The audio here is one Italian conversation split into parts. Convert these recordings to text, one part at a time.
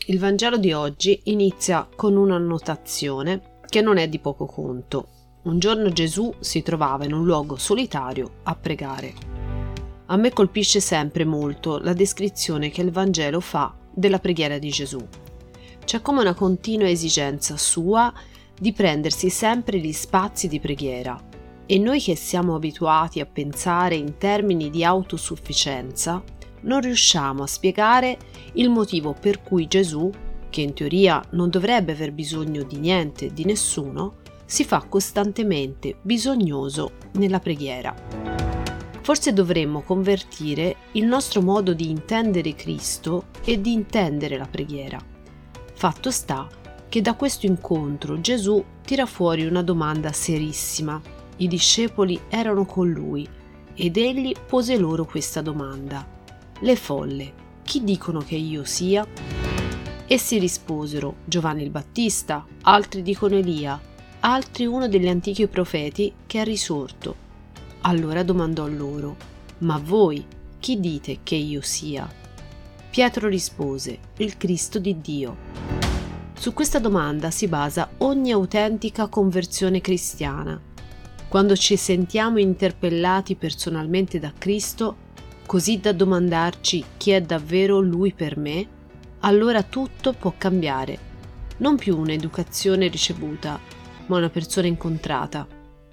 Il Vangelo di oggi inizia con una annotazione che non è di poco conto. Un giorno Gesù si trovava in un luogo solitario a pregare. A me colpisce sempre molto la descrizione che il Vangelo fa della preghiera di Gesù. C'è come una continua esigenza sua di prendersi sempre gli spazi di preghiera. E noi che siamo abituati a pensare in termini di autosufficienza, non riusciamo a spiegare il motivo per cui Gesù, che in teoria non dovrebbe aver bisogno di niente e di nessuno, si fa costantemente bisognoso nella preghiera. Forse dovremmo convertire il nostro modo di intendere Cristo e di intendere la preghiera. Fatto sta che da questo incontro Gesù tira fuori una domanda serissima. I discepoli erano con lui ed egli pose loro questa domanda: le folle, chi dicono che io sia? Essi risposero: Giovanni il Battista, altri dicono Elia, altri uno degli antichi profeti che è risorto. Allora domandò loro: ma voi chi dite che io sia? Pietro rispose: il Cristo di Dio. Su questa domanda si basa ogni autentica conversione cristiana. Quando ci sentiamo interpellati personalmente da Cristo, così da domandarci chi è davvero Lui per me, allora tutto può cambiare. Non più un'educazione ricevuta, ma una persona incontrata.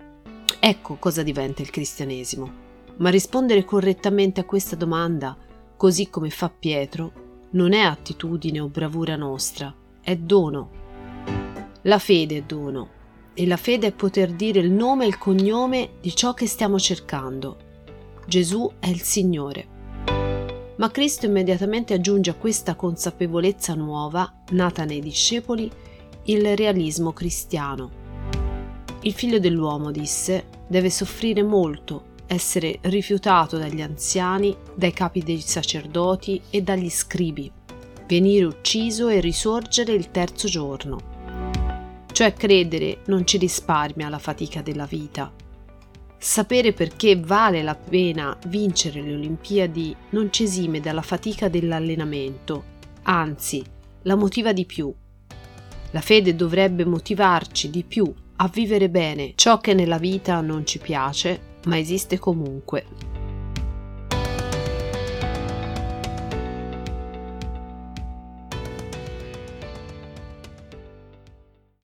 Ecco cosa diventa il cristianesimo. Ma rispondere correttamente a questa domanda, così come fa Pietro, non è attitudine o bravura nostra, è dono. La fede è dono. E la fede è poter dire il nome e il cognome di ciò che stiamo cercando. Gesù è il Signore. Ma Cristo immediatamente aggiunge a questa consapevolezza nuova, nata nei discepoli, il realismo cristiano. Il Figlio dell'uomo, disse, deve soffrire molto, essere rifiutato dagli anziani, dai capi dei sacerdoti e dagli scribi, venire ucciso e risorgere il terzo giorno. Cioè credere non ci risparmia la fatica della vita. Sapere perché vale la pena vincere le Olimpiadi non ci esime dalla fatica dell'allenamento, anzi, la motiva di più. La fede dovrebbe motivarci di più a vivere bene ciò che nella vita non ci piace, ma esiste comunque.